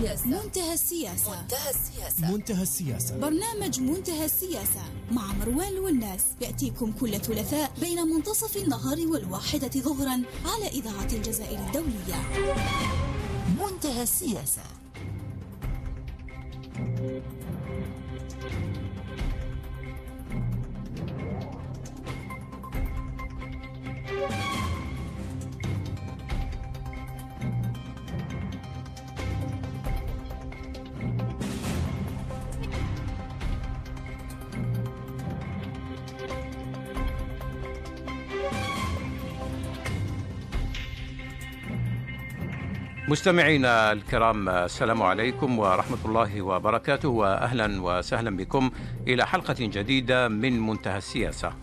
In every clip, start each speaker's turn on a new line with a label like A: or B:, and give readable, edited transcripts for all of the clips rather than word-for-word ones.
A: منتهى السياسة. برنامج منتهى السياسة مع مروان والناس يأتيكم كل ثلاثاء بين منتصف النهار والواحدة ظهرا على إذاعة الجزائر الدولية. منتهى السياسة.
B: مستمعينا الكرام، السلام عليكم ورحمة الله وبركاته، وأهلا وسهلا بكم إلى حلقة جديدة من منتهى السياسة.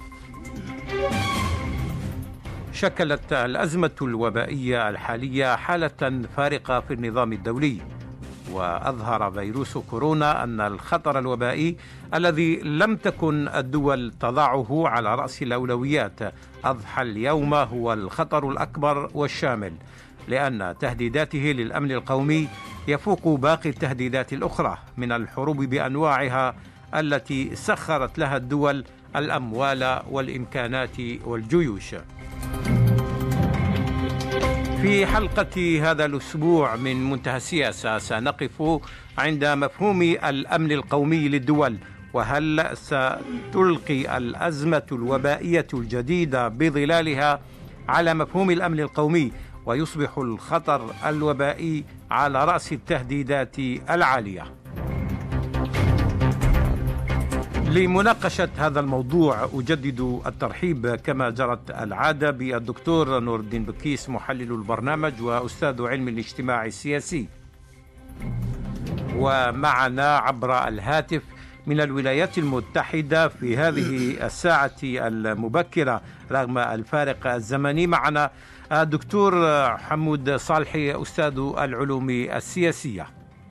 B: شكلت الأزمة الوبائية الحالية حالة فارقة في النظام الدولي، وأظهر فيروس كورونا أن الخطر الوبائي الذي لم تكن الدول تضعه على رأس الأولويات أضحى اليوم هو الخطر الأكبر والشامل، لأن تهديداته للأمن القومي يفوق باقي التهديدات الأخرى من الحروب بأنواعها التي سخرت لها الدول الأموال والإمكانات والجيوش. في حلقة هذا الأسبوع من منتهى السياسة سنقف عند مفهوم الأمن القومي للدول، وهل ستلقي الأزمة الوبائية الجديدة بظلالها على مفهوم الأمن القومي ويصبح الخطر الوبائي على رأس التهديدات العالية. لمناقشة هذا الموضوع أجدد الترحيب كما جرت العادة بالدكتور نور الدين بكيس، محلل البرنامج وأستاذ علم الاجتماع السياسي، ومعنا عبر الهاتف من الولايات المتحدة في هذه الساعة المبكرة رغم الفارق الزمني معنا الدكتور حمود صالحي، أستاذ العلوم السياسية.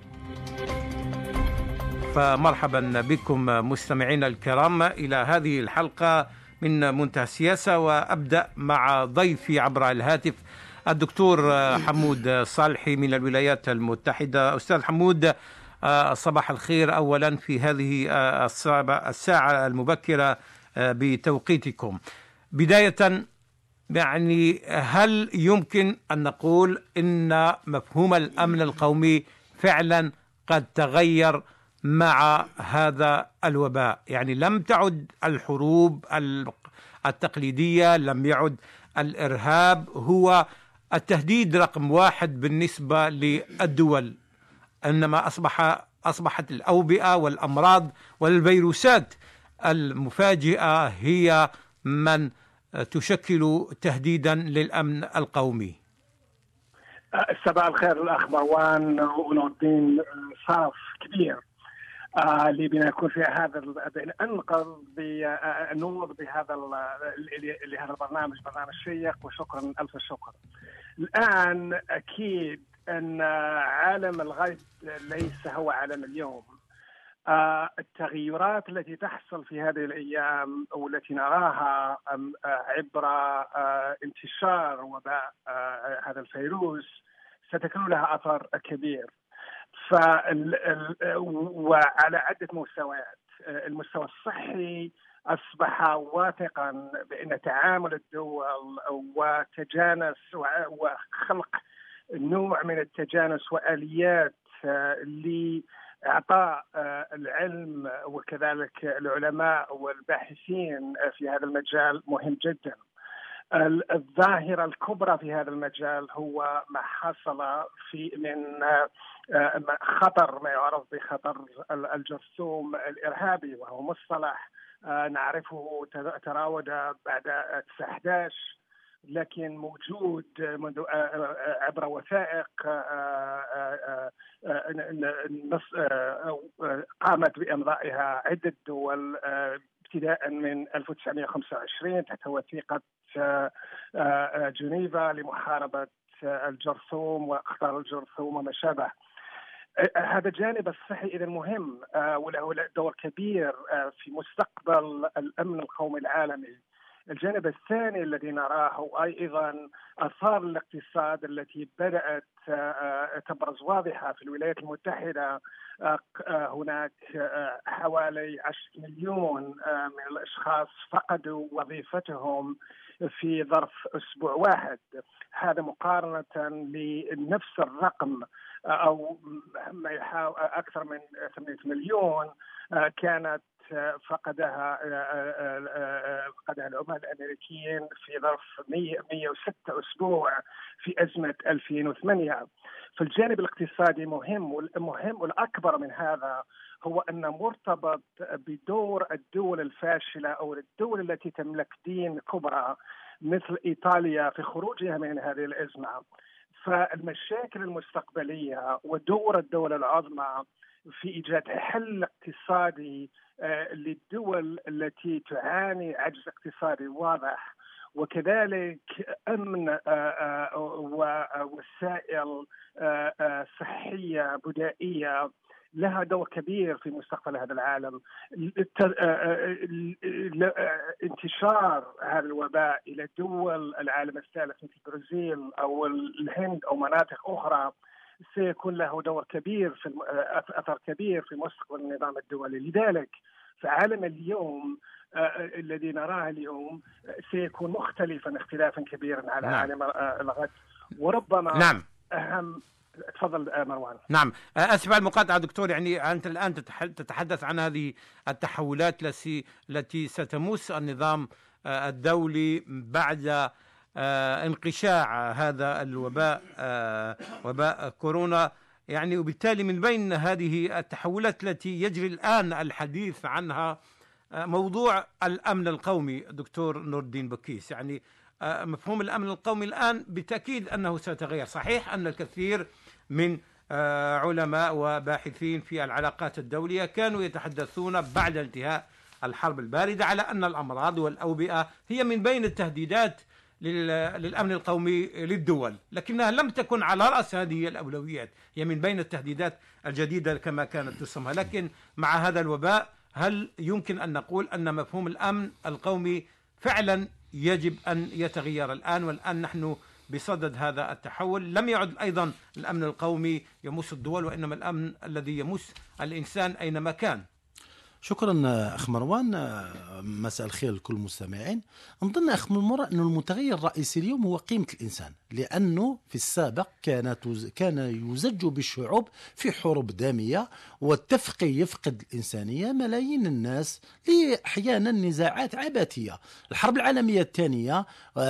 B: فمرحبا بكم مستمعينا الكرام إلى هذه الحلقة من منتهى السياسة، وأبدأ مع ضيفي عبر الهاتف الدكتور حمود صالحي من الولايات المتحدة. أستاذ حمود، صباح الخير أولا في هذه الساعة المبكرة بتوقيتكم. بداية، يعني هل يمكن أن نقول إن مفهوم الأمن القومي فعلا قد تغير مع هذا الوباء؟ يعني لم تعد الحروب التقليدية، لم يعد الإرهاب هو التهديد رقم واحد بالنسبة للدول، إنما أصبحت الأوبئة والأمراض والفيروسات المفاجئة هي من تشكل تهديدا للأمن القومي.
C: صباح الخير الأخ مروان ونور الدين. شرف كبير لي بنا يكون في هذا أنقذ بالنور بهذا لهذا البرنامج، برنامج شيق، وشكرا ألف شكر. الآن أكيد أن عالم الغد ليس هو عالم اليوم. التغيرات التي تحصل في هذه الأيام والتي نراها عبر انتشار وباء هذا الفيروس ستكون لها أثر كبير وعلى عدة مستويات. المستوى الصحي أصبح واثقا بأن تعامل الدول وتجانس وخلق نوع من التجانس وآليات لإعطاء العلم وكذلك العلماء والباحثين في هذا المجال مهم جدا. الظاهرة الكبرى في هذا المجال هو ما حصل من خطر ما يعرف بخطر الجرثوم الإرهابي، وهو مصطلح نعرفه تراود بعد 1911 لكن موجود منذ عبر وثائق قامت بإمضائها عدة دول ابتداء من 1925 تحت وثيقة جنيفا لمحاربة الجرثوم وأخطار الجرثوم وما شابه. هذا الجانب الصحي إذا مهم وله دور كبير في مستقبل الأمن القومي العالمي. الجانب الثاني الذي نراه هو أيضا آثار الاقتصاد التي بدأت تبرز واضحة في الولايات المتحدة. هناك حوالي 10 مليون من الأشخاص فقدوا وظيفتهم في ظرف أسبوع واحد. هذا مقارنة لنفس الرقم أو أكثر من 8 مليون كانت فقدها العمال الأمريكيين في ظرف 106 أسبوع في أزمة 2008. فالجانب الاقتصادي مهم، والمهم والأكبر من هذا هو أن مرتبط بدور الدول الفاشلة أو الدول التي تملك دين كبرى مثل إيطاليا في خروجها من هذه الأزمة. فالمشاكل المستقبلية ودور الدول العظمى في إيجاد حل اقتصادي للدول التي تعاني عجز اقتصادي واضح، وكذلك أمن ووسائل صحية بدائية لها دور كبير في مستقبل هذا العالم. انتشار هذا الوباء إلى دول العالم الثالث مثل البرازيل أو الهند أو مناطق أخرى سيكون له دور كبير في أثر كبير في مستقبل النظام الدولي. لذلك فعالم اليوم الذي نراه اليوم سيكون مختلفا اختلافا كبيرا على عالم الغد، وربما أهم. تفضل مروان.
B: نعم، أسف على المقاطعة دكتور. يعني أنت الآن تتحدث عن هذه التحولات التي ستمس النظام الدولي بعد انقشاع هذا الوباء، وباء كورونا. يعني وبالتالي من بين هذه التحولات التي يجري الآن الحديث عنها موضوع الأمن القومي. دكتور نور الدين بكيس، يعني مفهوم الأمن القومي الآن بالتأكيد أنه سيتغير. صحيح أن الكثير من علماء وباحثين في العلاقات الدولية كانوا يتحدثون بعد انتهاء الحرب الباردة على أن الأمراض والأوبئة هي من بين التهديدات للأمن القومي للدول، لكنها لم تكن على رأس هذه الأولويات، هي من بين التهديدات الجديدة كما كانت تسمى. لكن مع هذا الوباء هل يمكن أن نقول أن مفهوم الأمن القومي فعلا يجب أن يتغير الآن، والآن نحن بصدد هذا التحول؟ لم يعد أيضا الأمن القومي يمس الدول، وإنما الأمن الذي يمس الإنسان أينما كان.
D: شكرا أخ مروان، مساء الخير لكل المستمعين. نظن أخ مرة أنه المتغير الرئيسي اليوم هو قيمة الإنسان، لأنه في السابق كان يزج بالشعوب في حروب دامية والتفقي يفقد الإنسانية. ملايين الناس أحيانا نزاعات عبثية. الحرب العالمية الثانية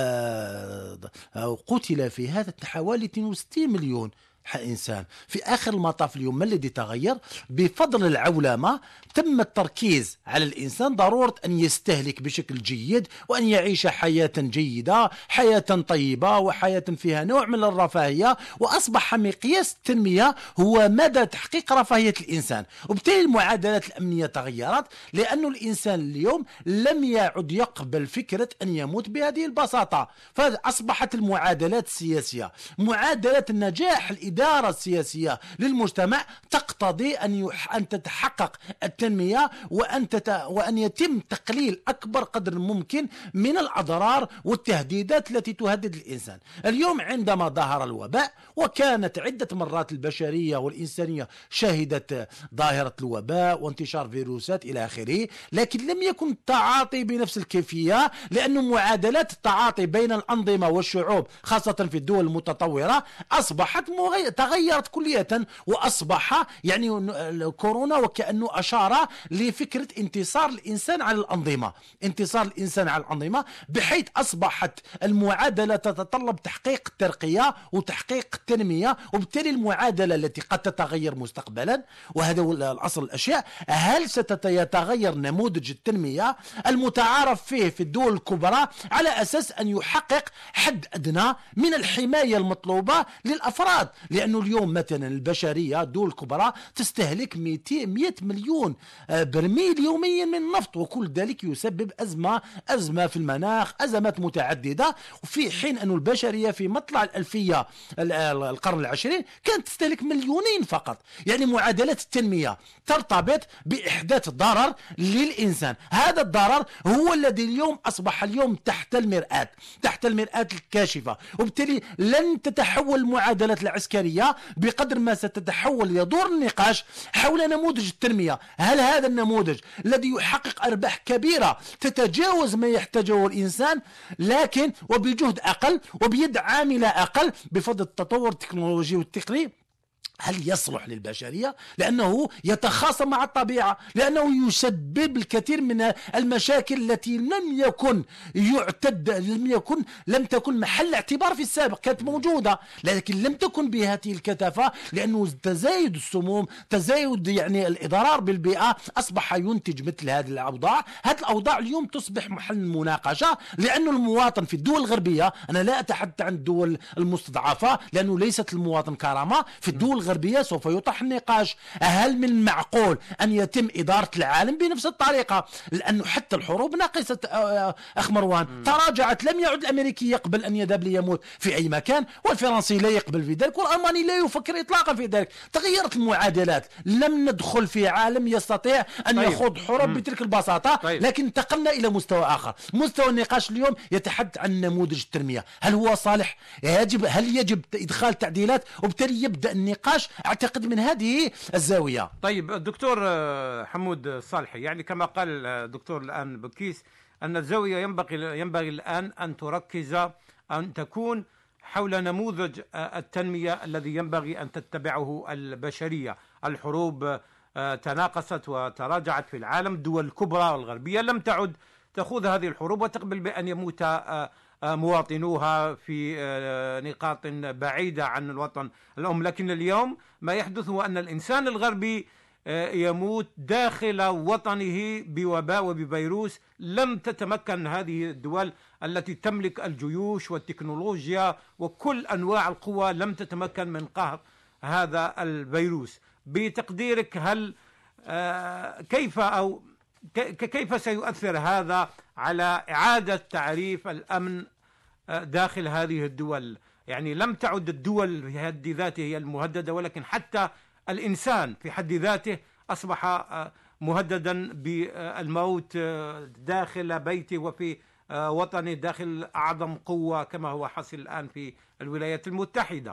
D: قتل فيها حوالي 62 مليون إنسان. في آخر المطاف اليوم ما الذي تغير؟ بفضل العولمة تم التركيز على الإنسان، ضرورة أن يستهلك بشكل جيد وأن يعيش حياة جيدة، حياة طيبة وحياة فيها نوع من الرفاهية، وأصبح مقياس التنمية هو مدى تحقيق رفاهية الإنسان. وبالتالي المعادلات الأمنية تغيرت، لأن الإنسان اليوم لم يعد يقبل فكرة أن يموت بهذه البساطة. فأصبحت المعادلات السياسية، معادلة النجاح الإدارة السياسية للمجتمع تقتضي أن تتحقق التنمية وأن يتم تقليل أكبر قدر ممكن من الأضرار والتهديدات التي تهدد الإنسان. اليوم عندما ظهر الوباء، وكانت عدة مرات البشرية والإنسانية شهدت ظاهرة الوباء وانتشار فيروسات إلى آخره، لكن لم يكن التعاطي بنفس الكيفية، لأن معادلات التعاطي بين الأنظمة والشعوب خاصة في الدول المتطورة أصبحت تغيرت كلية. وأصبح يعني كورونا وكأنه أشار لفكرة انتصار الإنسان على الأنظمة، انتصار الإنسان على الأنظمة، بحيث أصبحت المعادلة تتطلب تحقيق الترقية وتحقيق التنمية. وبالتالي المعادلة التي قد تتغير مستقبلا، وهذا هو الأصل الأشياء، هل ستتغير نموذج التنمية المتعارف فيه في الدول الكبرى على أساس أن يحقق حد أدنى من الحماية المطلوبة للأفراد، لأنه اليوم مثلا البشرية دول كبرى تستهلك 100 مليون برميل يوميا من النفط، وكل ذلك يسبب أزمة في المناخ، أزمات متعددة. وفي حين أن البشرية في مطلع الألفية القرن العشرين كانت تستهلك مليونين فقط. يعني معادلة التنمية ترتبط بإحداث ضرر للإنسان. هذا الضرر هو الذي اليوم أصبح اليوم تحت المرآة الكاشفة، وبالتالي لن تتحول المعادلة العسكرية بقدر ما ستتحول يدور النقاش حول نموذج التنمية. هل هذا النموذج الذي يحقق أرباح كبيرة تتجاوز ما يحتاجه الإنسان، لكن وبجهد أقل وبيد عاملة أقل بفضل التطور التكنولوجي والتقني، هل يصلح للبشرية؟ لأنه يتخاصم مع الطبيعة، لأنه يسبب الكثير من المشاكل التي لم تكن محل اعتبار في السابق. كانت موجودة لكن لم تكن بهذه الكثافة، لأنه تزايد السموم، تزايد يعني الإضرار بالبيئة أصبح ينتج مثل هذه الأوضاع. هذه الأوضاع اليوم تصبح محل مناقشة، لأنه المواطن في الدول الغربية، أنا لا أتحدث عن الدول المستضعفة لأنه ليست المواطن كرامة، في الدول الغربية سوف يطرح النقاش: هل من المعقول أن يتم إدارة العالم بنفس الطريقة؟ لأنه حتى الحروب ناقصة أخ مروان تراجعت. لم يعد الأمريكي يقبل أن يذهب ليموت في أي مكان، والفرنسي لا يقبل في ذلك، والألماني لا يفكر إطلاقا في ذلك. تغيرت المعادلات، لم ندخل في عالم يستطيع أن يخوض حروب بتلك البساطة. لكن انتقلنا إلى مستوى آخر. مستوى النقاش اليوم يتحدث عن نموذج التنمية. هل هو صالح؟ هل يجب إدخال تعديلات؟ وبالتالي يبدأ النقاش أعتقد من هذه الزاوية.
B: طيب الدكتور حمود صالحي، يعني كما قال الدكتور الآن بكيس أن الزاوية ينبغي الآن أن تركز، أن تكون حول نموذج التنمية الذي ينبغي أن تتبعه البشرية. الحروب تناقصت وتراجعت في العالم، الدول الكبرى والغربية لم تعد تخوض هذه الحروب وتقبل بأن يموت مواطنوها في نقاط بعيدة عن الوطن الأم. لكن اليوم ما يحدث هو أن الإنسان الغربي يموت داخل وطنه بوباء وبفيروس. لم تتمكن هذه الدول التي تملك الجيوش والتكنولوجيا وكل أنواع القوى لم تتمكن من قهر هذا الفيروس. بتقديرك هل كيف سيؤثر هذا على إعادة تعريف الأمن داخل هذه الدول؟ يعني لم تعد الدول في حد ذاته هي المهددة، ولكن حتى الإنسان في حد ذاته أصبح مهددا بالموت داخل بيته وفي وطنه، داخل أعظم قوة كما هو حاصل الآن في الولايات المتحدة.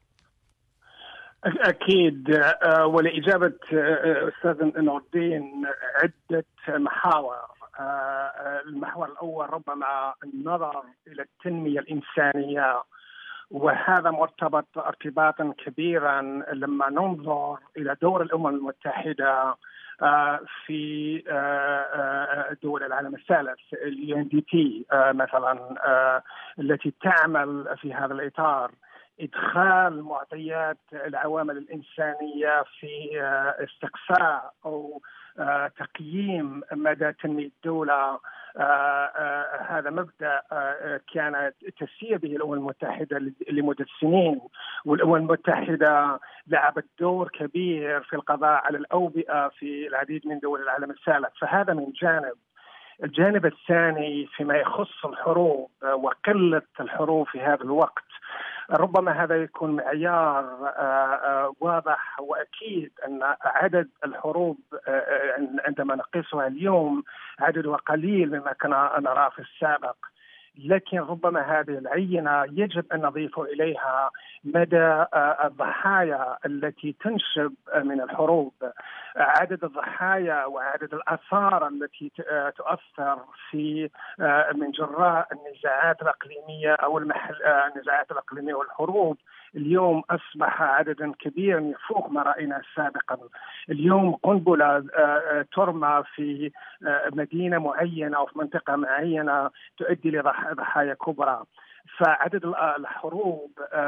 C: أكيد. ولإجابة أستاذ نور الدين عدة محاور. المحور الأول ربما النظر إلى التنمية الإنسانية، وهذا مرتبط ارتباطا كبيرا لما ننظر إلى دور الأمم المتحدة في دول العالم الثالث، UNDP مثلا، التي تعمل في هذا الإطار، إدخال معطيات العوامل الإنسانية في استقصاء أو تقييم مدى تنمية الدولة. هذا مبدأ كانت تسير به الأمم المتحدة لمدة سنين، والأمم المتحدة لعبت دور كبير في القضاء على الأوبئة في العديد من دول العالم الثالث. فهذا من جانب. الجانب الثاني فيما يخص الحروب وقلة الحروب في هذا الوقت، ربما هذا يكون معيار واضح وأكيد أن عدد الحروب عندما نقيسها اليوم عددها قليل مما كنا نراه في السابق. لكن ربما هذه العينة يجب أن نضيف إليها مدى الضحايا التي تنشب من الحروب، عدد الضحايا وعدد الآثار التي تؤثر في من جراء النزاعات الإقليمية أو النزاعات الإقليمية والحروب. اليوم أصبح عددا كبيرا يفوق ما رأينا سابقا. اليوم قنبلة ترمى في مدينة معينة أو في منطقة معينة تؤدي لضحايا كبرى. فعدد الحروب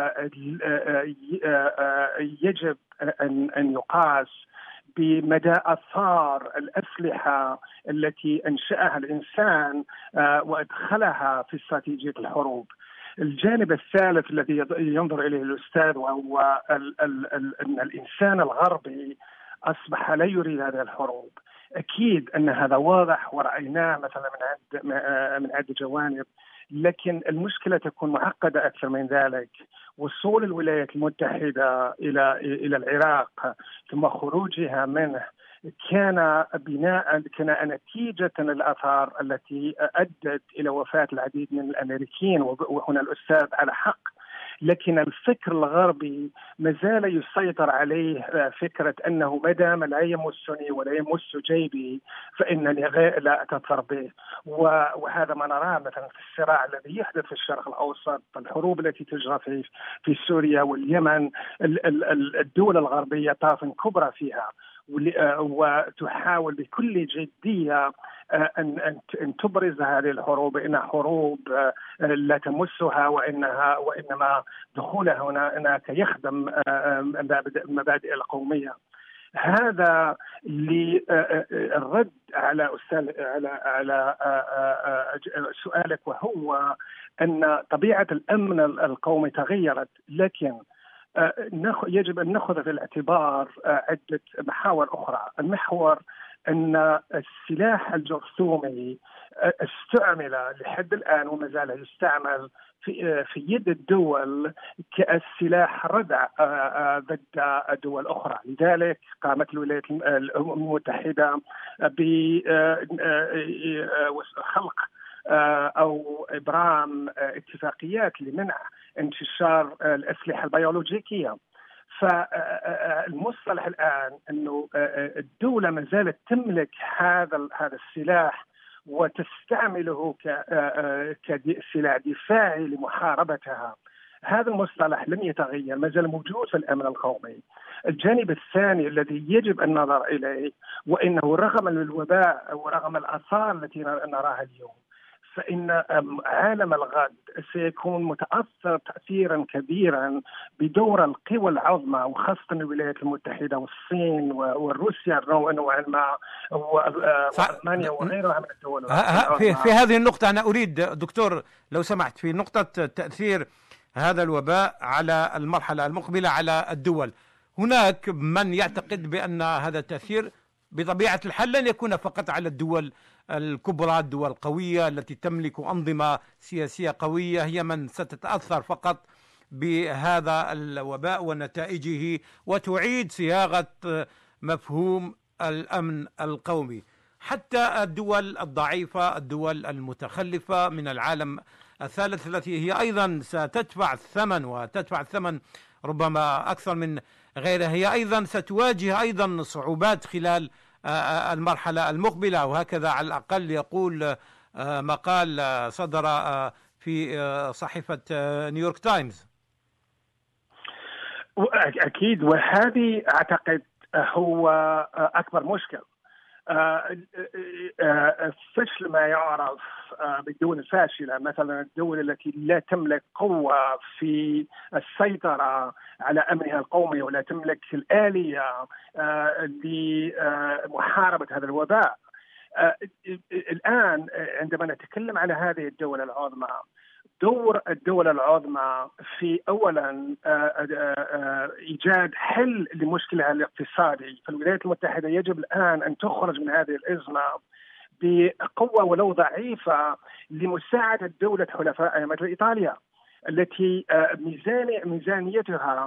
C: يجب أن يقاس بمدى آثار الأسلحة التي أنشأها الإنسان وأدخلها في استراتيجية الحروب. الجانب الثالث الذي ينظر إليه الأستاذ وهو أن الإنسان الغربي أصبح لا يريد هذه الحروب. أكيد أن هذا واضح ورأيناه مثلا من عدة جوانب، لكن المشكلة تكون معقدة أكثر من ذلك. وصول الولايات المتحدة إلى العراق ثم خروجها منه كان نتيجة الآثار التي أدت إلى وفاة العديد من الأمريكيين، وهنا الأستاذ على حق. لكن الفكر الغربي ما زال يسيطر عليه فكرة أنه ما دام لا يمسني ولا يمس جيبي فإنني لا أتأثر به. وهذا ما نراه مثلا في الصراع الذي يحدث في الشرق الأوسط، الحروب التي تجرى في سوريا واليمن. الدول الغربية طرف كبرى فيها، وتحاول بكل جدية أن تبرز هذه الحروب إنها حروب لا تمسها، وإنما دخولها هناك يخدم مبادئ القومية. هذا للرد على سؤالك، وهو أن طبيعة الأمن القومي تغيرت، لكن يجب أن نأخذ في الاعتبار عدة محاور أخرى. المحور أن السلاح الجرثومي استعمل لحد الآن وما زال يستعمل في يد الدول كالسلاح ردع ضد دول أخرى. لذلك قامت الولايات المتحدة بخلق أو إبرام اتفاقيات لمنع انتشار الأسلحة البيولوجيكية. فالمصطلح الآن أنه الدولة ما زالت تملك هذا السلاح وتستعمله كسلاح دفاعي لمحاربتها. هذا المصطلح لم يتغير، ما زال موجود في الأمن القومي. الجانب الثاني الذي يجب أن ننظر إليه، وإنه رغم الوباء ورغم الآثار التي نراها اليوم، فإن عالم الغد سيكون متأثر تأثيرا كبيرا بدور القوى العظمى، وخاصة الولايات المتحدة والصين وروسيا نوعا ما وألمانيا وغيرها من الدول.
B: في هذه النقطة أنا أريد دكتور لو سمحت، في نقطة تأثير هذا الوباء على المرحلة المقبلة على الدول، هناك من يعتقد بأن هذا التأثير بطبيعة الحال لن يكون فقط على الدول الكبرى، الدول القوية التي تملك أنظمة سياسية قوية هي من ستتأثر فقط بهذا الوباء ونتائجه، وتعيد صياغة مفهوم الأمن القومي. حتى الدول الضعيفة، الدول المتخلفة من العالم الثالث التي هي أيضا ستدفع الثمن، وتدفع الثمن ربما أكثر من غيرها، هي أيضا ستواجه أيضا صعوبات خلال المرحلة المقبلة. وهكذا على الأقل يقول مقال صدر في صحيفة نيويورك تايمز.
C: أكيد، وهذه أعتقد هو أكبر مشكل. فشل ما يعرف بالدول الفاشلة، مثلا الدول التي لا تملك قوة في السيطرة على أمنها القومي ولا تملك الآلية لمحاربة هذا الوباء. الآن عندما نتكلم على هذه الدول العظمى، دور الدول العظمى في أولا إيجاد حل لمشكلها الاقتصادي. فالولايات المتحدة يجب الآن أن تخرج من هذه الأزمة بقوة ولو ضعيفة لمساعدة دولة حلفائها مثل إيطاليا التي ميزانيتها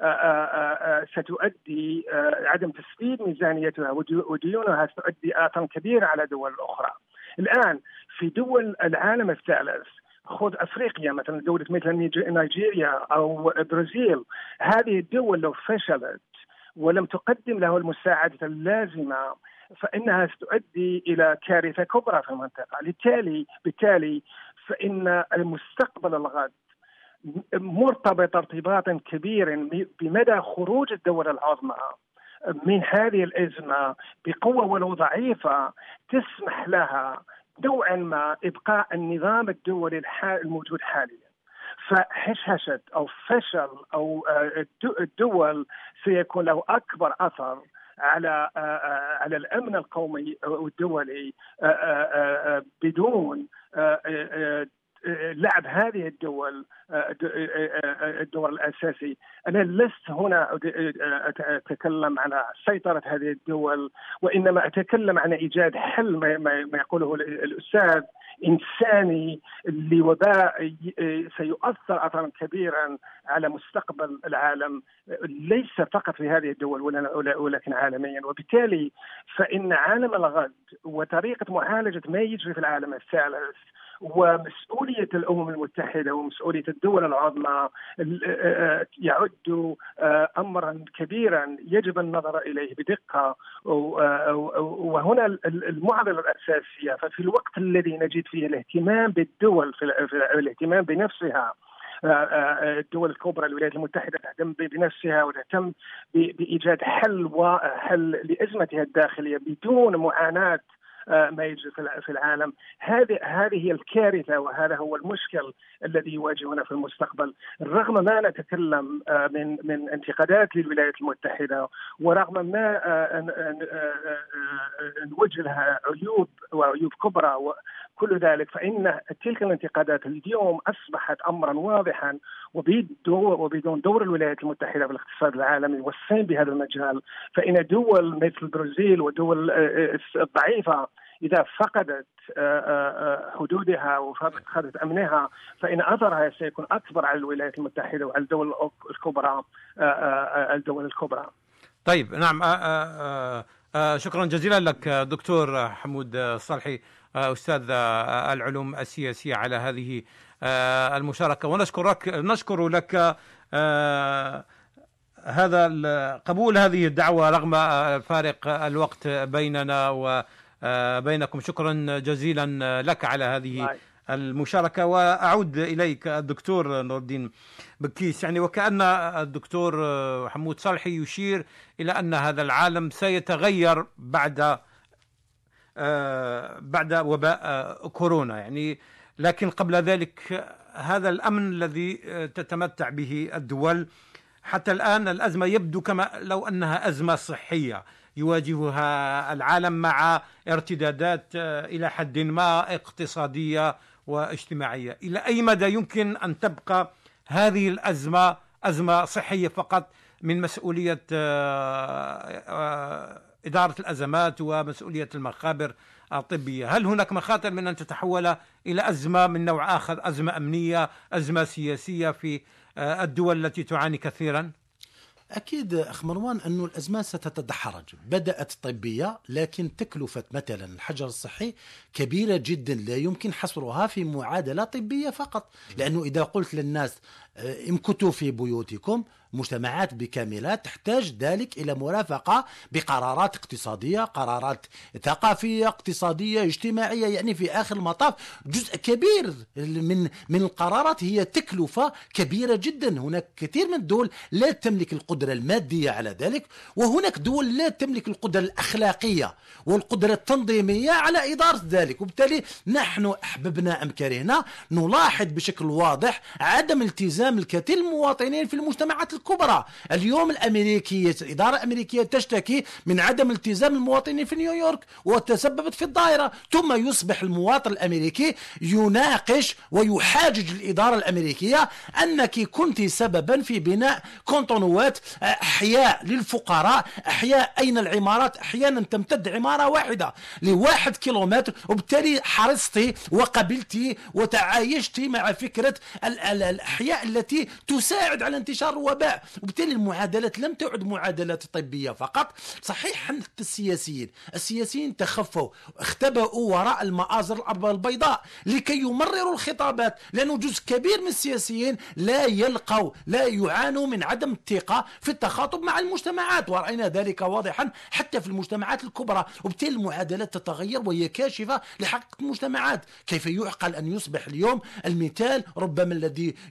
C: ستؤدي عدم تسديد ميزانيتها وديونها ستؤدي آثار كبيرة على دول أخرى. الآن في دول العالم الثالث، خذ أفريقيا مثلا، دولة مثل نيجيريا أو برازيل، هذه الدول لو فشلت ولم تقدم له المساعدة اللازمة فإنها ستؤدي إلى كارثة كبرى في المنطقة. بالتالي فإن المستقبل الغد مرتبط ارتباطا كبيرا بمدى خروج الدول العظمى من هذه الأزمة بقوة ولو ضعيفة تسمح لها نوعا ما إبقاء النظام الدولي الموجود حاليا. فهشاشة أو فشل أو الدول سيكون له أكبر أثر على الأمن القومي والدولي بدون لعب هذه الدول الدور الأساسي. أنا لست هنا أتكلم على سيطرة هذه الدول، وإنما أتكلم عن إيجاد حل ما يقوله الأستاذ إنساني لوباء سيؤثر أثرا كبيرا على مستقبل العالم، ليس فقط في هذه الدول ولكن عالميا. وبالتالي فإن عالم الغد وطريقة معالجة ما يجري في العالم الثالث ومسؤولية الأمم المتحدة ومسؤولية الدول العظمى يعد أمرا كبيرا يجب النظر إليه بدقة. وهنا المعضلة الأساسية، ففي الوقت الذي نجد فيه الاهتمام بالدول الاهتمام بنفسها، الدول الكبرى الولايات المتحدة تهتم بنفسها وتهتم بإيجاد حل لأزمتها الداخلية بدون معاناة ما يجري في العالم. هذه هي الكارثة، وهذا هو المشكل الذي يواجهنا في المستقبل. رغم ما نتكلم من انتقادات للولايات المتحدة، ورغم ما نوجه لها عيوب كبرى وكل ذلك، فإن تلك الانتقادات اليوم أصبحت أمرا واضحا، وبدون دور الولايات المتحدة في الاقتصاد العالمي والصين بهذا المجال، فإن دول مثل البرازيل والدول الضعيفة إذا فقدت حدودها وفقدت أمنها، فإن أثرها سيكون أكبر على الولايات المتحدة وعلى الدول الكبرى.
B: طيب، نعم. شكرا جزيلا لك دكتور حمود صالحي، أستاذ العلوم السياسية، على هذه المشاركة، ونشكر لك هذا قبول هذه الدعوة رغم فارق الوقت بيننا وبينكم. شكرا جزيلا لك على هذه المشاركة. وأعود إليك الدكتور نور الدين بكيس. يعني وكأن الدكتور حمود صالحي يشير إلى أن هذا العالم سيتغير بعد وباء كورونا، يعني لكن قبل ذلك هذا الأمن الذي تتمتع به الدول حتى الآن، الأزمة يبدو كما لو أنها أزمة صحية يواجهها العالم مع ارتدادات إلى حد ما اقتصادية واجتماعية. إلى أي مدى يمكن أن تبقى هذه الأزمة أزمة صحية فقط من مسؤولية إدارة الأزمات ومسؤولية المخابر الطبية؟ هل هناك مخاطر من أن تتحول إلى أزمة من نوع آخر، أزمة أمنية، أزمة سياسية في الدول التي تعاني كثيرا؟
D: أكيد أخ مروان أن الأزمات ستتدحرج. بدأت طبية، لكن تكلفة مثلا الحجر الصحي كبيرة جدا، لا يمكن حصرها في معادلة طبية فقط. لأنه إذا قلت للناس امكثوا في بيوتكم، مجتمعات بكاملها تحتاج ذلك إلى مرافقة بقرارات اقتصادية، قرارات ثقافية، اقتصادية، اجتماعية. يعني في آخر المطاف جزء كبير من القرارات هي تكلفة كبيرة جدا. هناك كثير من الدول لا تملك القدرة المادية على ذلك، وهناك دول لا تملك القدرة الأخلاقية والقدرة التنظيمية على إدارة ذلك. وبالتالي نحن أحببنا أم كرهنا نلاحظ بشكل واضح عدم التزام الكثير من المواطنين في المجتمعات الكبرى. اليوم الإدارة الأمريكية تشتكي من عدم التزام المواطنين في نيويورك وتسببت في الظاهرة، ثم يصبح المواطن الأمريكي يناقش ويحاجج الإدارة الأمريكية أنك كنت سببا في بناء كونتونوات، أحياء للفقراء، أحياء أين العمارات، أحيانا تمتد عمارة واحدة ل1 كيلومتر، وبالتالي حرصتي وقبلتي وتعايشتي مع فكرة الأحياء التي تساعد على انتشار الوباء. وبالتالي المعادلات لم تعد معادلات طبية فقط. صحيح أن السياسيين تخفوا، اختبأوا وراء المآزر البيضاء لكي يمرروا الخطابات، لأنه جزء كبير من السياسيين لا يعانوا من عدم الثقة في التخاطب مع المجتمعات، ورأينا ذلك واضحا حتى في المجتمعات الكبرى. وبالتالي المعادلات تتغير وهي كاشفة لحقيقة المجتمعات. كيف يعقل أن يصبح اليوم المثال ربما الذي يراد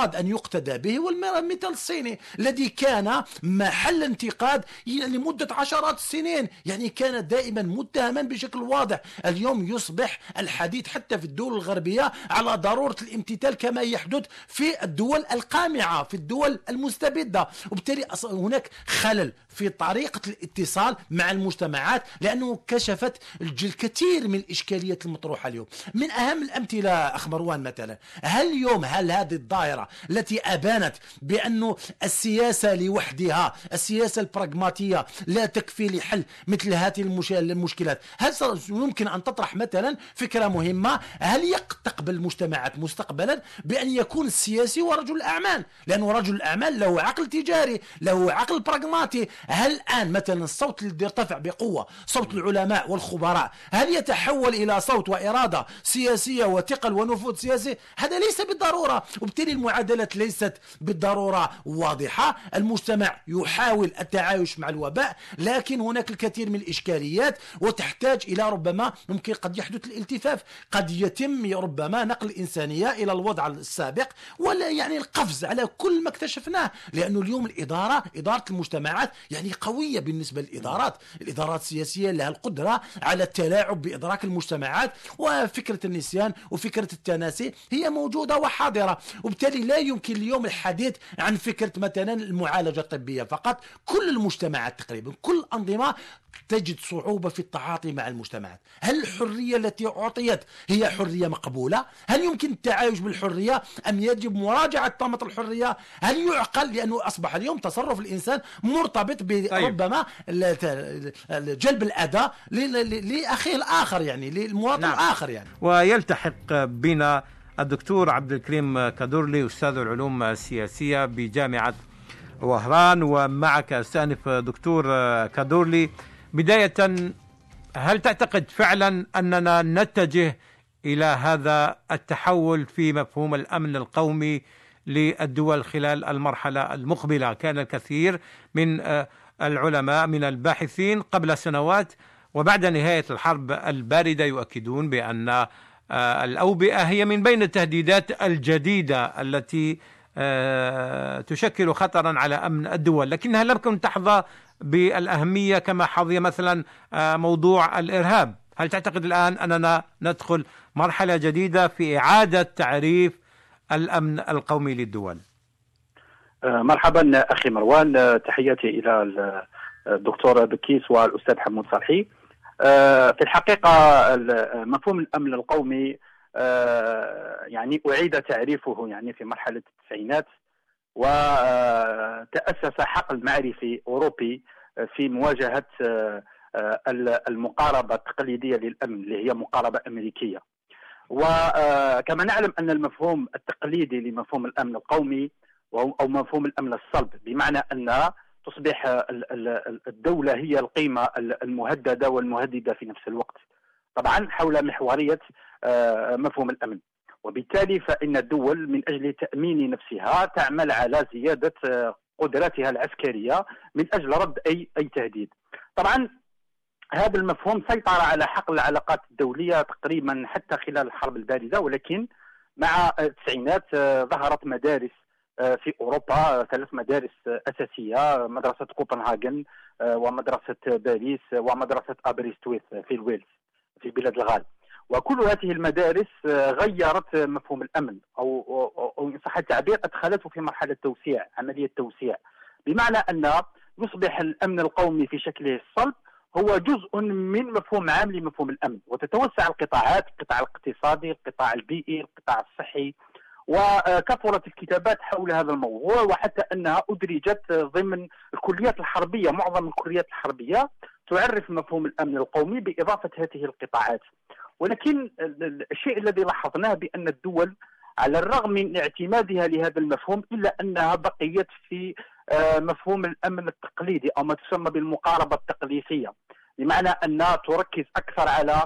D: يفترض أن يقتدى به، والمثال الصيني الذي كان محل انتقاد لمدة عشرات السنين، يعني كان دائما متهما بشكل واضح. اليوم يصبح الحديث حتى في الدول الغربية على ضرورة الامتثال كما يحدث في الدول القامعة، في الدول المستبدة. وبالتالي هناك خلل في طريقة الاتصال مع المجتمعات، لأنه كشفت الكثير من الإشكاليات المطروحة اليوم. من أهم الأمثلة أخ مروان مثلا، هل هذه الظاهرة التي أبانت بأن السياسة لوحدها، السياسة البراغماتية لا تكفي لحل مثل هذه المشكلات، هل يمكن أن تطرح مثلا فكرة مهمة؟ هل تقبل المجتمعات مستقبلا بأن يكون السياسي ورجل الأعمال؟ لأنه رجل الأعمال له عقل تجاري، له عقل براغماتي. هل الآن مثلا الصوت الذي يرتفع بقوة، صوت العلماء والخبراء، هل يتحول إلى صوت وإرادة سياسية وثقل ونفوذ سياسي؟ هذا ليس بالضرورة، وبالتالي المعادلات ليست بالضرورة واضحة. المجتمع يحاول التعايش مع الوباء، لكن هناك الكثير من الإشكاليات وتحتاج إلى ربما ممكن قد يحدث الالتفاف، قد يتم ربما نقل الإنسانية إلى الوضع السابق، ولا يعني القفز على كل ما اكتشفناه. لأنه اليوم إدارة المجتمعات يعني قوية بالنسبة للإدارات السياسية، لها القدرة على التلاعب بإدراك المجتمعات، وفكرة النسيان وفكرة التناسي هي موجودة وحاضرة. وبالتالي لا يمكن اليوم الحديث عن فكرة مثلا المعالجة الطبية فقط. كل المجتمعات تقريبا، كل الأنظمة تجد صعوبة في التعاطي مع المجتمعات. هل الحرية التي أعطيت هي حرية مقبولة؟ هل يمكن التعايش بالحرية أم يجب مراجعة نمط الحرية؟ هل يعقل؟ لأنه أصبح اليوم تصرف الإنسان مرتبط بربما جلب الأذى لأخيه الآخر، يعني للمواطن الآخر يعني.
B: ويلتحق بنا الدكتور عبد الكريم كادورلي، أستاذ العلوم السياسية بجامعة وهران. ومعك أستأنف دكتور كادورلي، بداية هل تعتقد فعلا أننا نتجه إلى هذا التحول في مفهوم الأمن القومي للدول خلال المرحلة المقبلة؟ كان الكثير من العلماء من الباحثين قبل سنوات وبعد نهاية الحرب الباردة يؤكدون بأن الأوبئة هي من بين التهديدات الجديدة التي تشكل خطرا على أمن الدول، لكنها لم تكن تحظى بالأهمية كما حظي مثلا موضوع الإرهاب. هل تعتقد الآن أننا ندخل مرحلة جديدة في إعادة تعريف الأمن القومي للدول؟
E: مرحبا أخي مروان، تحياتي إلى الدكتور بكيس والأستاذ حمود صالحي. في الحقيقة مفهوم الأمن القومي يعني أعيد تعريفه يعني في مرحلة التسعينات، وتأسس حقل معرفي أوروبي في مواجهة المقاربة التقليدية للأمن اللي هي مقاربة أمريكية. وكما نعلم أن المفهوم التقليدي لمفهوم الأمن القومي أو مفهوم الأمن الصلب، بمعنى أن تصبح الدولة هي القيمة المهددة والمهددة في نفس الوقت، طبعا حول محورية مفهوم الأمن. وبالتالي فإن الدول من أجل تأمين نفسها تعمل على زيادة قدراتها العسكرية من أجل رد أي تهديد. طبعا هذا المفهوم سيطر على حقل العلاقات الدولية تقريبا حتى خلال الحرب الباردة، ولكن مع التسعينات ظهرت مدارس في أوروبا، 3 مدارس أساسية: مدرسة كوبنهاجن ومدرسة باريس ومدرسة أبريستويت في الويلز في بلاد الغال. وكل هذه المدارس غيرت مفهوم الأمن، أو إن صح التعبير أدخلته في مرحلة توسيع، عملية توسيع، بمعنى أن يصبح الأمن القومي في شكله الصلب هو جزء من مفهوم عام لمفهوم الأمن، وتتوسع القطاعات: القطاع الاقتصادي، القطاع البيئي، القطاع الصحي. وكثرت الكتابات حول هذا الموضوع، وحتى أنها أدرجت ضمن الكليات الحربية. معظم الكليات الحربية تعرف مفهوم الأمن القومي بإضافة هذه القطاعات. ولكن الشيء الذي لاحظناه بأن الدول على الرغم من اعتمادها لهذا المفهوم إلا أنها بقيت في مفهوم الأمن التقليدي أو ما تسمى بالمقاربة التقليدية، بمعنى أنها تركز أكثر على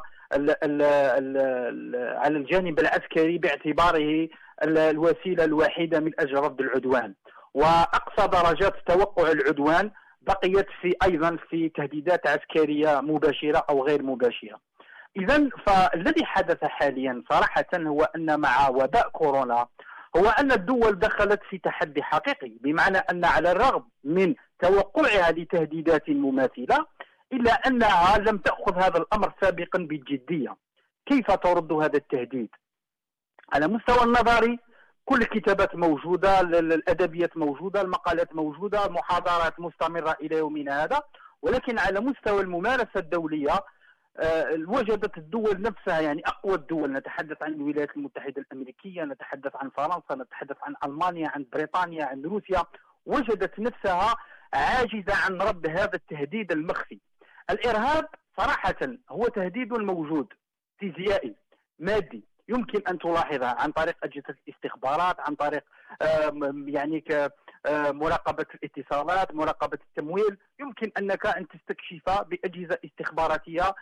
E: الجانب العسكري باعتباره الوسيلة الوحيدة من أجل رد العدوان، وأقصى درجات توقع العدوان بقيت أيضا في تهديدات عسكرية مباشرة أو غير مباشرة. إذن فالذي حدث حاليا صراحة هو أن مع وباء كورونا هو أن الدول دخلت في تحدي حقيقي، بمعنى أن على الرغم من توقعها لتهديدات مماثلة إلا أنها لم تأخذ هذا الأمر سابقا بجدية. كيف ترد هذا التهديد؟ على مستوى النظري كل الكتابات موجودة، الأدبيات موجودة، المقالات موجودة، المحاضرات مستمرة إلى يومنا هذا، ولكن على مستوى الممارسة الدولية وجدت الدول نفسها، يعني أقوى الدول، نتحدث عن الولايات المتحدة الأمريكية، نتحدث عن فرنسا، نتحدث عن ألمانيا، عن بريطانيا، عن روسيا، وجدت نفسها عاجزة عن رد هذا التهديد المخفي. الإرهاب صراحة هو تهديد موجود فيزيائي مادي، يمكن أن تلاحظها عن طريق أجهزة الاستخبارات، عن طريق يعني مراقبة الاتصالات، مراقبة التمويل، يمكن أنك أن تستكشف بأجهزة استخباراتية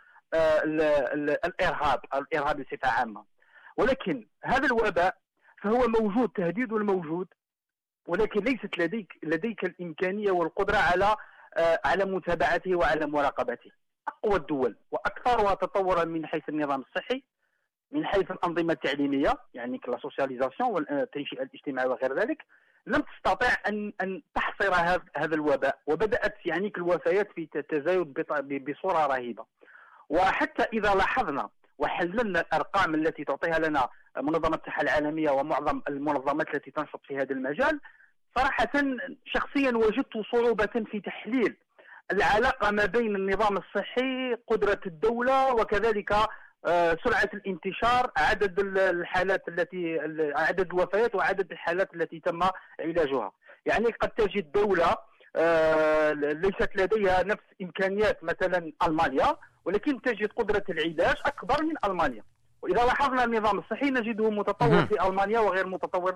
E: الإرهاب بصفة عامة. ولكن هذا الوباء فهو موجود، تهديد الموجود، ولكن ليست لديك الإمكانية والقدرة على متابعته وعلى مراقبته. أقوى الدول وأكثرها تطورا من حيث النظام الصحي، من حيث الأنظمة التعليمية، يعني كلاسوسياليزاسيون والتنشئة الاجتماعية وغير ذلك، لم تستطع أن تحصر هذا الوباء، وبدأت يعني الوفيات في تزايد بصورة رهيبة. وحتى إذا لاحظنا وحللنا الأرقام التي تعطيها لنا منظمة الصحة العالمية ومعظم المنظمات التي تنشط في هذا المجال، صراحة شخصيا وجدت صعوبة في تحليل العلاقة ما بين النظام الصحي، قدرة الدولة، وكذلك سرعة الانتشار، عدد الحالات عدد الوفيات وعدد الحالات التي تم علاجها. يعني قد تجد دولة ليست لديها نفس إمكانيات مثلا ألمانيا، ولكن تجد قدرة العلاج أكبر من ألمانيا. وإذا لاحظنا النظام الصحي نجده متطور في ألمانيا وغير متطور،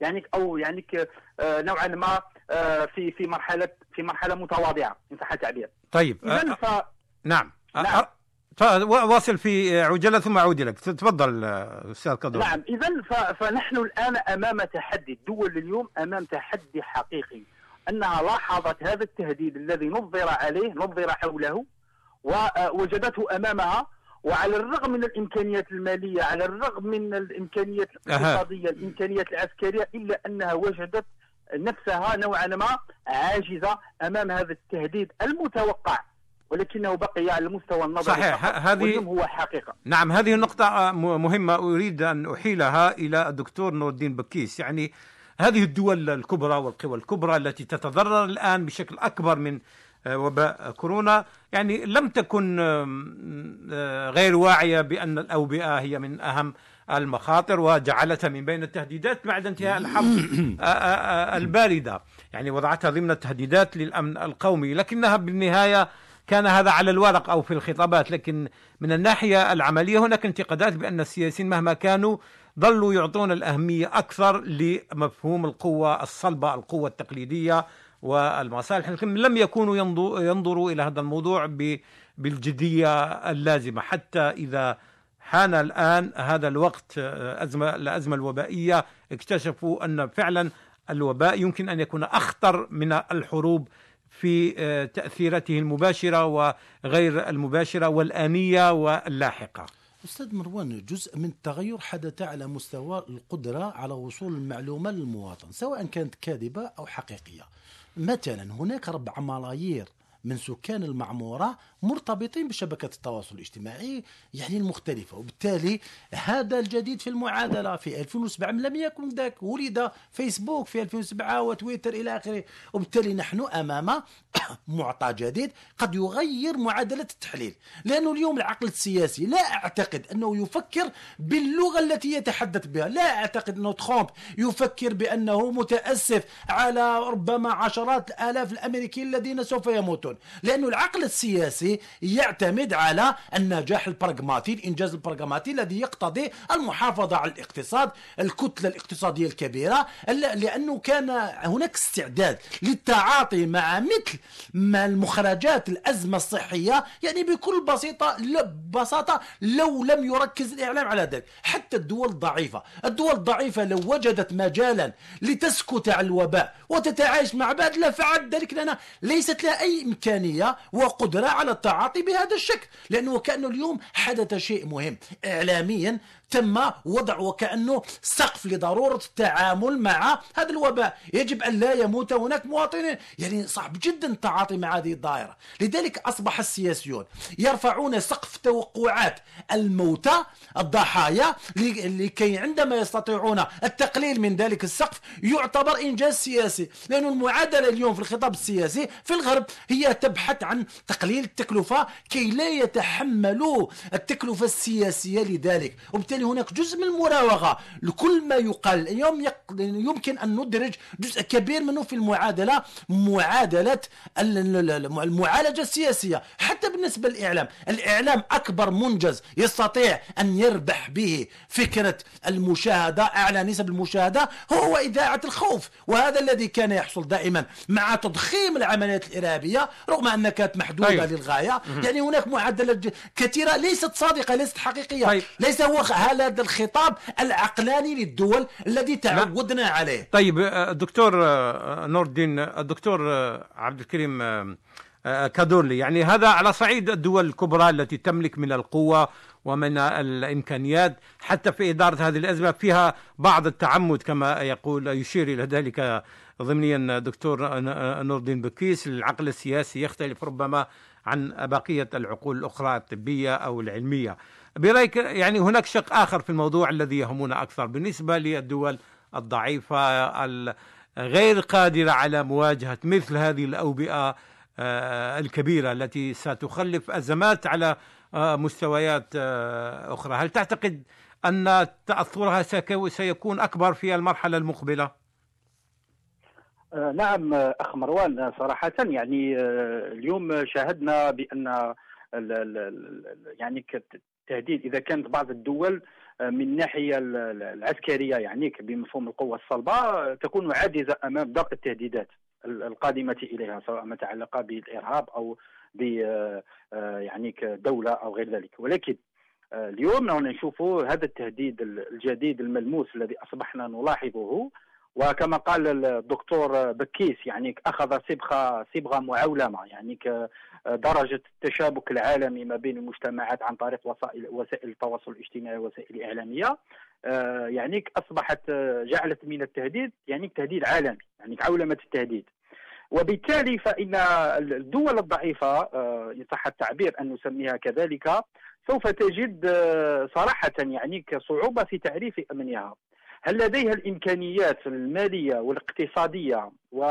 E: نوعا ما في مرحلة متواضعة إن صح التعبير.
B: طيب نعم. واصل في عجلة ثم أعود لك. تفضل أستاذ قدر.
E: نعم، إذن فنحن الآن أمام تحدي. الدول اليوم أمام تحدي حقيقي، أنها لاحظت هذا التهديد الذي نظر حوله ووجدته أمامها، وعلى الرغم من الإمكانيات المالية، على الرغم من الإمكانيات الاقتصادية، الإمكانيات العسكرية، إلا أنها وجدت نفسها نوعا ما عاجزة أمام هذا التهديد المتوقع، ولكنه بقي على المستوى النظري.
B: صحيح، هذه
E: هو حقيقة.
B: نعم، هذه النقطة مهمة أريد أن أحيلها إلى الدكتور نور الدين بكيس. يعني هذه الدول الكبرى والقوى الكبرى التي تتضرر الآن بشكل أكبر من وباء كورونا، يعني لم تكن غير واعية بأن الأوبئة هي من أهم المخاطر، وجعلتها من بين التهديدات بعد انتهاء الحرب الباردة، يعني وضعتها ضمن التهديدات للأمن القومي. لكنها بالنهاية كان هذا على الورق أو في الخطابات، لكن من الناحية العملية هناك انتقادات بأن السياسيين مهما كانوا ظلوا يعطون الأهمية أكثر لمفهوم القوة الصلبة، القوة التقليدية والمصالح، لم يكونوا ينظروا إلى هذا الموضوع بالجدية اللازمة. حتى إذا حان الآن هذا الوقت الأزمة الوبائية، اكتشفوا أن فعلا الوباء يمكن أن يكون أخطر من الحروب في تأثيراته المباشرة وغير المباشرة والآنية واللاحقة.
D: أستاذ مروان، جزء من التغير حدث على مستوى القدرة على وصول المعلومة للمواطن، سواء كانت كاذبة أو حقيقية. مثلا هناك 4 ملايير من سكان المعمورة مرتبطين بشبكات التواصل الاجتماعي يعني المختلفة، وبالتالي هذا الجديد في المعادلة. في 2007 لم يكن ذاك، ولد فيسبوك في 2007 وتويتر إلى آخره، وبالتالي نحن أمام معطى جديد قد يغير معادلة التحليل. لأنه اليوم العقل السياسي لا أعتقد أنه يفكر باللغة التي يتحدث بها، لا أعتقد أنه ترامب يفكر بأنه متأسف على ربما عشرات الآلاف الأمريكيين الذين سوف يموتون، لأنه العقل السياسي يعتمد على النجاح البراغماتي، الإنجاز البراغماتي الذي يقتضي المحافظة على الاقتصاد، الكتلة الاقتصادية الكبيرة، لأنه كان هناك استعداد للتعاطي مع مثل ما المخرجات الأزمة الصحية، يعني بكل بساطة لو لم يركز الإعلام على ذلك. حتى الدول الضعيفة لو وجدت مجالا لتسكت على الوباء وتتعايش مع بعض لفعلت ذلك، لأنها ليست لها أي إمكانية وقدرة على التعاطي بهذا الشكل. لأنه كأنه اليوم حدث شيء مهم إعلاميا، تم وضع وكأنه سقف لضرورة التعامل مع هذا الوباء. يجب أن لا يموت هناك مواطنين، يعني صعب جدا التعاطي مع هذه الظاهرة. لذلك أصبح السياسيون يرفعون سقف توقعات الموتى الضحايا لكي عندما يستطيعون التقليل من ذلك السقف يعتبر إنجاز سياسي. لأن المعادلة اليوم في الخطاب السياسي في الغرب هي تبحث عن تقليل التكلفة كي لا يتحملوا التكلفة السياسية لذلك، وبالتالي هناك جزء من المراوغة لكل ما يقال اليوم. يمكن أن ندرج جزء كبير منه في المعادلة، معادلة المعالجة السياسية. حتى بالنسبة للإعلام، الإعلام أكبر منجز يستطيع أن يربح به فكرة المشاهدة، أعلى نسب المشاهدة، هو إذاعة الخوف. وهذا الذي كان يحصل دائما مع تضخيم العمليات الإرهابية رغم أنها كانت محدودة للغاية. يعني هناك معدلات كثيرة ليست صادقة، ليست حقيقية. ليس هو هذا الخطاب العقلاني للدول الذي تعودنا عليه.
B: طيب دكتور نور الدين، الدكتور عبد الكريم كادورلي، يعني هذا على صعيد الدول الكبرى التي تملك من القوة ومن الإمكانيات حتى في إدارة هذه الأزمة، فيها بعض التعمد كما يشير إلى ذلك ضمنيا دكتور نور الدين بكيس. العقل السياسي يختلف ربما عن بقية العقول الأخرى الطبية أو العلمية. برأيك يعني هناك شق آخر في الموضوع الذي يهمنا أكثر بالنسبة للدول الضعيفة الغير قادرة على مواجهة مثل هذه الأوبئة الكبيرة التي ستخلف أزمات على مستويات أخرى. هل تعتقد أن تأثرها سيكون أكبر في المرحلة المقبلة؟
E: نعم أخ مروان، صراحة يعني اليوم شاهدنا بأن يعني التهديد إذا كانت بعض الدول من الناحية العسكرية يعني بمفهوم القوة الصلبة تكون عاجزة أمام باقي التهديدات القادمة إليها، سواء ما تعلق بالإرهاب أو ب يعني كدولة أو غير ذلك. ولكن اليوم نشوف هذا التهديد الجديد الملموس الذي أصبحنا نلاحظه، وكما قال الدكتور بكيس يعني أخذ صبغة معولمة، يعني كدرجة التشابك العالمي ما بين المجتمعات عن طريق وسائل التواصل الاجتماعي ووسائل الإعلامية، يعني أصبحت جعلت من التهديد يعني تهديد عالمي، يعني عولمة التهديد. وبالتالي فإن الدول الضعيفة إن صح التعبير أن نسميها كذلك سوف تجد صراحة يعني كصعوبة في تعريف أمنها. هل لديها الإمكانيات المالية والاقتصادية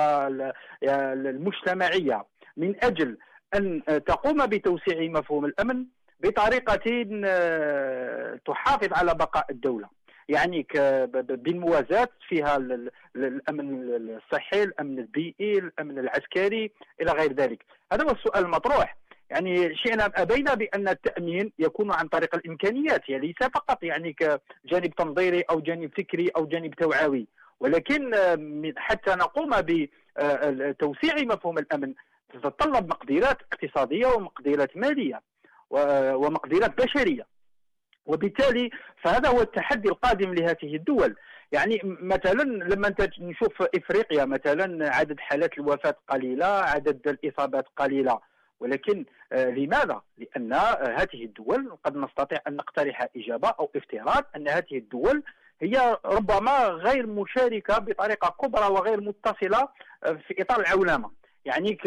E: والمجتمعية من أجل أن تقوم بتوسيع مفهوم الأمن بطريقة تحافظ على بقاء الدولة، يعني بالموازاة فيها الأمن الصحي، الأمن البيئي، الأمن العسكري إلى غير ذلك؟ هذا هو السؤال المطروح. يعني شئنا أبينا بأن التأمين يكون عن طريق الإمكانيات، يعني ليس فقط يعني كجانب تنظيري أو جانب فكري أو جانب توعوي، ولكن حتى نقوم بتوسيع مفهوم الأمن تتطلب مقدرات اقتصادية ومقدرات مالية ومقدرات بشرية. وبالتالي فهذا هو التحدي القادم لهذه الدول. يعني مثلا لما نشوف إفريقيا مثلا عدد حالات الوفاة قليلة، عدد الإصابات قليلة، ولكن لماذا؟ لأن هذه الدول قد نستطيع أن نقترح إجابة أو افتراض أن هذه الدول هي ربما غير مشاركة بطريقة كبرى وغير متصلة في إطار العولمة، يعني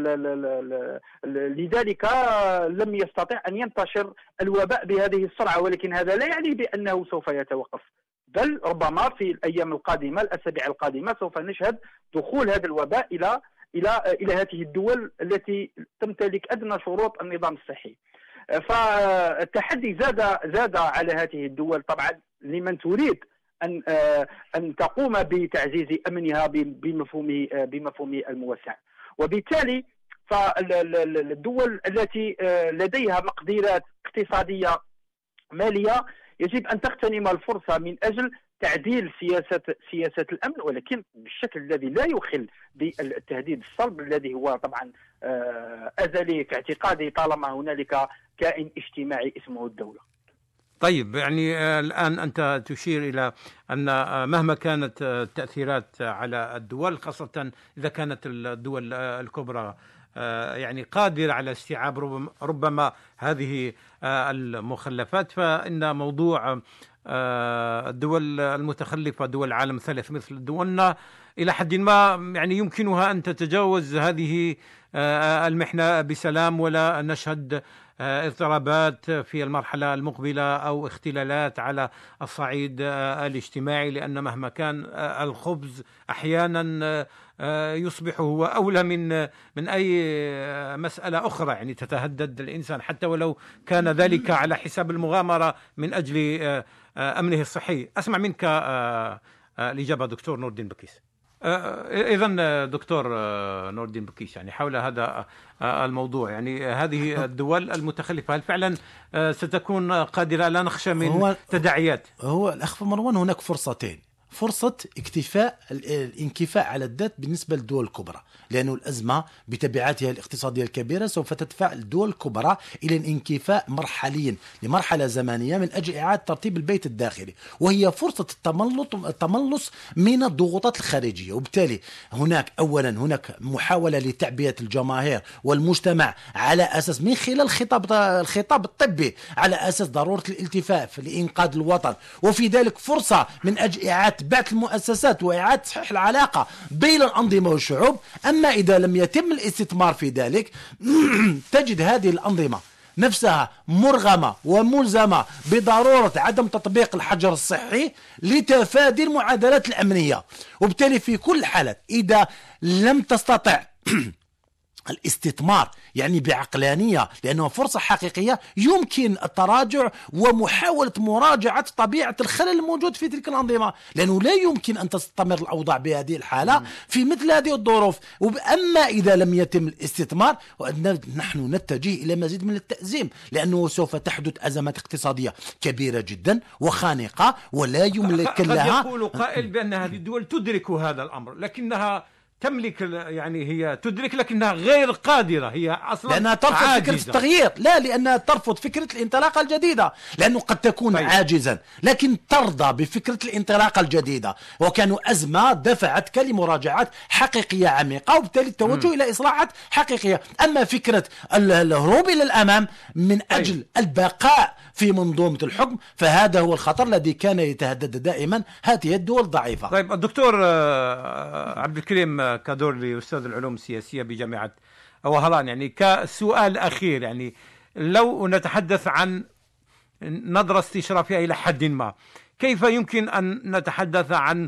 E: لذلك لم يستطع أن ينتشر الوباء بهذه السرعة. ولكن هذا لا يعني بأنه سوف يتوقف، بل ربما في الأيام القادمة الأسابيع القادمة سوف نشهد دخول هذا الوباء إلى هذه الدول التي تمتلك أدنى شروط النظام الصحي. فالتحدي زاد على هذه الدول طبعا لمن تريد أن تقوم بتعزيز أمنها بمفهومه الموسع. وبالتالي فالدول التي لديها مقدرات اقتصادية مالية يجب أن تغتنم الفرصة من أجل تعديل سياسة الأمن، ولكن بالشكل الذي لا يخل بالتهديد الصلب الذي هو طبعا أزلي في اعتقادي طالما هنالك كائن اجتماعي اسمه الدولة.
B: طيب، يعني الآن أنت تشير إلى أن مهما كانت التأثيرات على الدول، خاصة إذا كانت الدول الكبرى يعني قادرة على استيعاب ربما هذه المخلفات، فإن موضوع الدول المتخلفة، دول العالم الثالث مثل دولنا، إلى حد ما يعني يمكنها أن تتجاوز هذه المحنة بسلام، ولا نشهد اضطرابات في المرحلة المقبلة أو اختلالات على الصعيد الاجتماعي، لأن مهما كان الخبز أحيانا يصبح هو أولى من أي مسألة أخرى، يعني تتهدد الإنسان حتى ولو كان ذلك على حساب المغامرة من أجل أمنه الصحي. أسمع منك الإجابة دكتور نور الدين بكيس. إذن دكتور نور الدين بكيس، يعني حول هذا الموضوع، يعني هذه الدول المتخلفة هل فعلا ستكون قادرة؟ لا نخشى من تداعيات.
D: هو الأخ مروان، هناك فرصتين: فرصة الانكفاء على الذات بالنسبة للدول الكبرى، لأن الأزمة بتبعاتها الاقتصادية الكبيرة سوف تدفع الدول الكبرى إلى الانكفاء مرحليا لمرحلة زمنية من أجل إعادة ترتيب البيت الداخلي، وهي فرصة التملص من الضغوطات الخارجية. وبالتالي هناك محاولة لتعبئة الجماهير والمجتمع على أساس من خلال الخطاب الطبي على أساس ضرورة الالتفاف لإنقاذ الوطن، وفي ذلك فرصة من أجل إعادة بعث المؤسسات وإعادة تصحيح العلاقة بين الأنظمة والشعوب. أما إذا لم يتم الاستثمار في ذلك تجد هذه الأنظمة نفسها مرغمة وملزمة بضرورة عدم تطبيق الحجر الصحي لتفادي المعادلات الأمنية. وبالتالي في كل حالة إذا لم تستطع الاستثمار يعني بعقلانية، لأنه فرصة حقيقية، يمكن التراجع ومحاولة مراجعة طبيعة الخلل الموجود في تلك الأنظمة، لأنه لا يمكن أن تستمر الأوضاع بهذه الحالة في مثل هذه الظروف. أما إذا لم يتم الاستثمار نحن نتجه إلى مزيد من التأزيم، لأنه سوف تحدث أزمات اقتصادية كبيرة جدا وخانقة ولا يملك لها.
B: قد يقول قائل بأن هذه الدول تدرك هذا الأمر، لكنها تملك، يعني هي تدرك لكنها غير قادرة، هي أصلا
D: لأنها ترفض فكرة التغيير. لا، لأنها ترفض فكرة الانطلاقة الجديدة، لأنه قد تكون عاجزا لكن ترضى بفكرة الانطلاقة الجديدة. وكانوا أزمة دفعتك لمراجعات حقيقية عميقة، وبالتالي التوجه إلى إصلاحات حقيقية. أما فكرة الهروب إلى الأمام من أجل البقاء في منظومة الحكم، فهذا هو الخطر الذي كان يتهدد دائما هذه الدول الضعيفة.
B: طيب الدكتور عبد الكريم كادورلي، أستاذ العلوم السياسية بجامعة وهران، يعني كسؤال أخير، يعني لو نتحدث عن نظرة استشرافية إلى حد ما، كيف يمكن أن نتحدث عن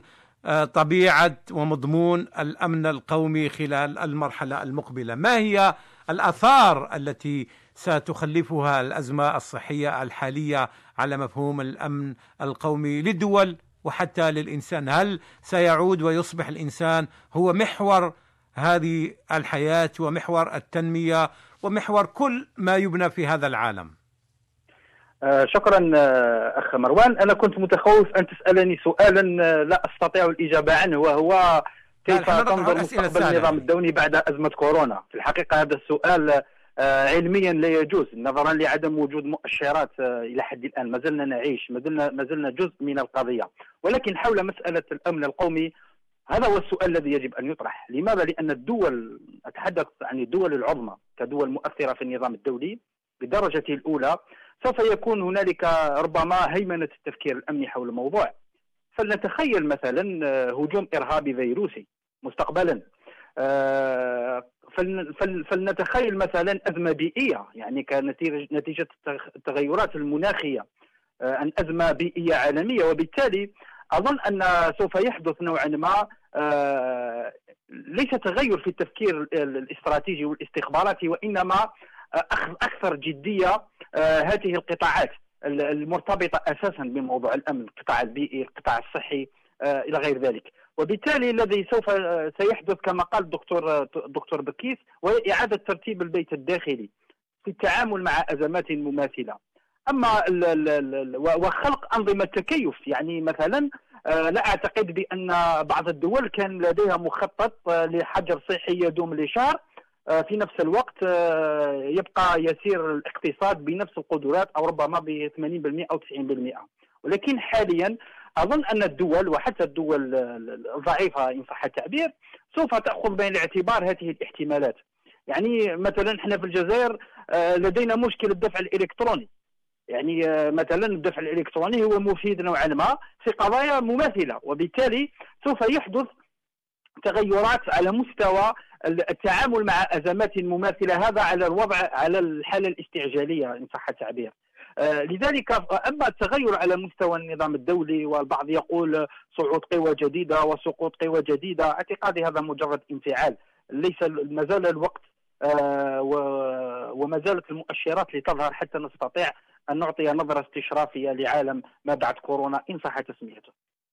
B: طبيعة ومضمون الأمن القومي خلال المرحلة المقبلة؟ ما هي الآثار التي ستخلفها الأزمة الصحية الحالية على مفهوم الأمن القومي للدول وحتى للإنسان؟ هل سيعود ويصبح الإنسان هو محور هذه الحياة ومحور التنمية ومحور كل ما يبنى في هذا العالم؟
E: شكرا أخ مروان. أنا كنت متخوف أن تسألني سؤالا لا أستطيع الإجابة عنه، وهو كيف تنظر مستقبل النظام الدولي بعد أزمة كورونا. في الحقيقة هذا السؤال علميا لا يجوز، نظرا لعدم وجود مؤشرات إلى حد الآن. ما زلنا نعيش، ما زلنا جزء من القضية. ولكن حول مسألة الأمن القومي، هذا هو السؤال الذي يجب أن يطرح. لماذا؟ لأن الدول، أتحدث عن الدول العظمى كدول مؤثرة في النظام الدولي بدرجته الأولى، سوف يكون هنالك ربما هيمنة التفكير الأمني حول الموضوع. فلنتخيل مثلا هجوم إرهابي فيروسي مستقبلا، فلنتخيل مثلا أزمة بيئية، يعني كنتيجة التغيرات المناخية، أن أزمة بيئية عالمية. وبالتالي أظن أن سوف يحدث نوعا ما ليس تغير في التفكير الاستراتيجي والاستخباراتي، وإنما أكثر جدية هذه القطاعات المرتبطة أساسا بموضوع الأمن، القطاع البيئي، القطاع الصحي إلى غير ذلك. وبالتالي الذي سوف سيحدث كما قال الدكتور بكيس هو إعادة ترتيب البيت الداخلي في التعامل مع أزمات مماثلة. أما وخلق أنظمة تكيف، يعني مثلا لا أعتقد بأن بعض الدول كان لديها مخطط لحجر صحي يدوم لشهر، في نفس الوقت يبقى يسير الاقتصاد بنفس القدرات أو ربما ب 80% أو 90%. ولكن حاليا أظن أن الدول وحتى الدول الضعيفة إن صح التعبير سوف تأخذ بعين الاعتبار هذه الاحتمالات. يعني مثلا احنا في الجزائر لدينا مشكلة الدفع الإلكتروني، يعني مثلا الدفع الإلكتروني هو مفيد نوعا ما في قضايا مماثلة، وبالتالي سوف يحدث تغيرات على مستوى التعامل مع أزمات مماثلة، هذا على الوضع على الحالة الاستعجالية إن صح التعبير. لذلك أما التغير على مستوى النظام الدولي، والبعض يقول صعود قوى جديدة وسقوط قوى جديدة، اعتقادي هذا مجرد انفعال، ليس ما زال الوقت وما زالت المؤشرات لتظهر حتى نستطيع أن نعطي نظرة استشرافية لعالم ما بعد كورونا إن صح تسميته.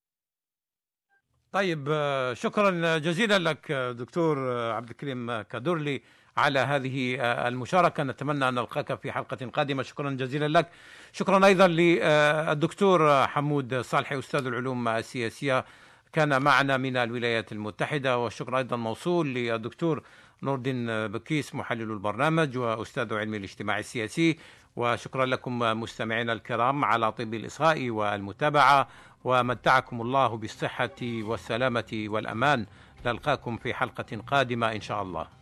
B: طيب، شكرا جزيلا لك دكتور عبد الكريم كادورلي على هذه المشاركة. نتمنى أن نلقاك في حلقة قادمة. شكرا جزيلا لك. شكرا أيضا للدكتور حمود صالحي أستاذ العلوم السياسية كان معنا من الولايات المتحدة، والشكر أيضا موصول للدكتور نور الدين بكيس محلل البرنامج وأستاذ علم الاجتماع السياسي. وشكرا لكم مستمعينا الكرام على طيب الإصغاء والمتابعة، ومتعكم الله بالصحة والسلامة والأمان. نلقاكم في حلقة قادمة إن شاء الله.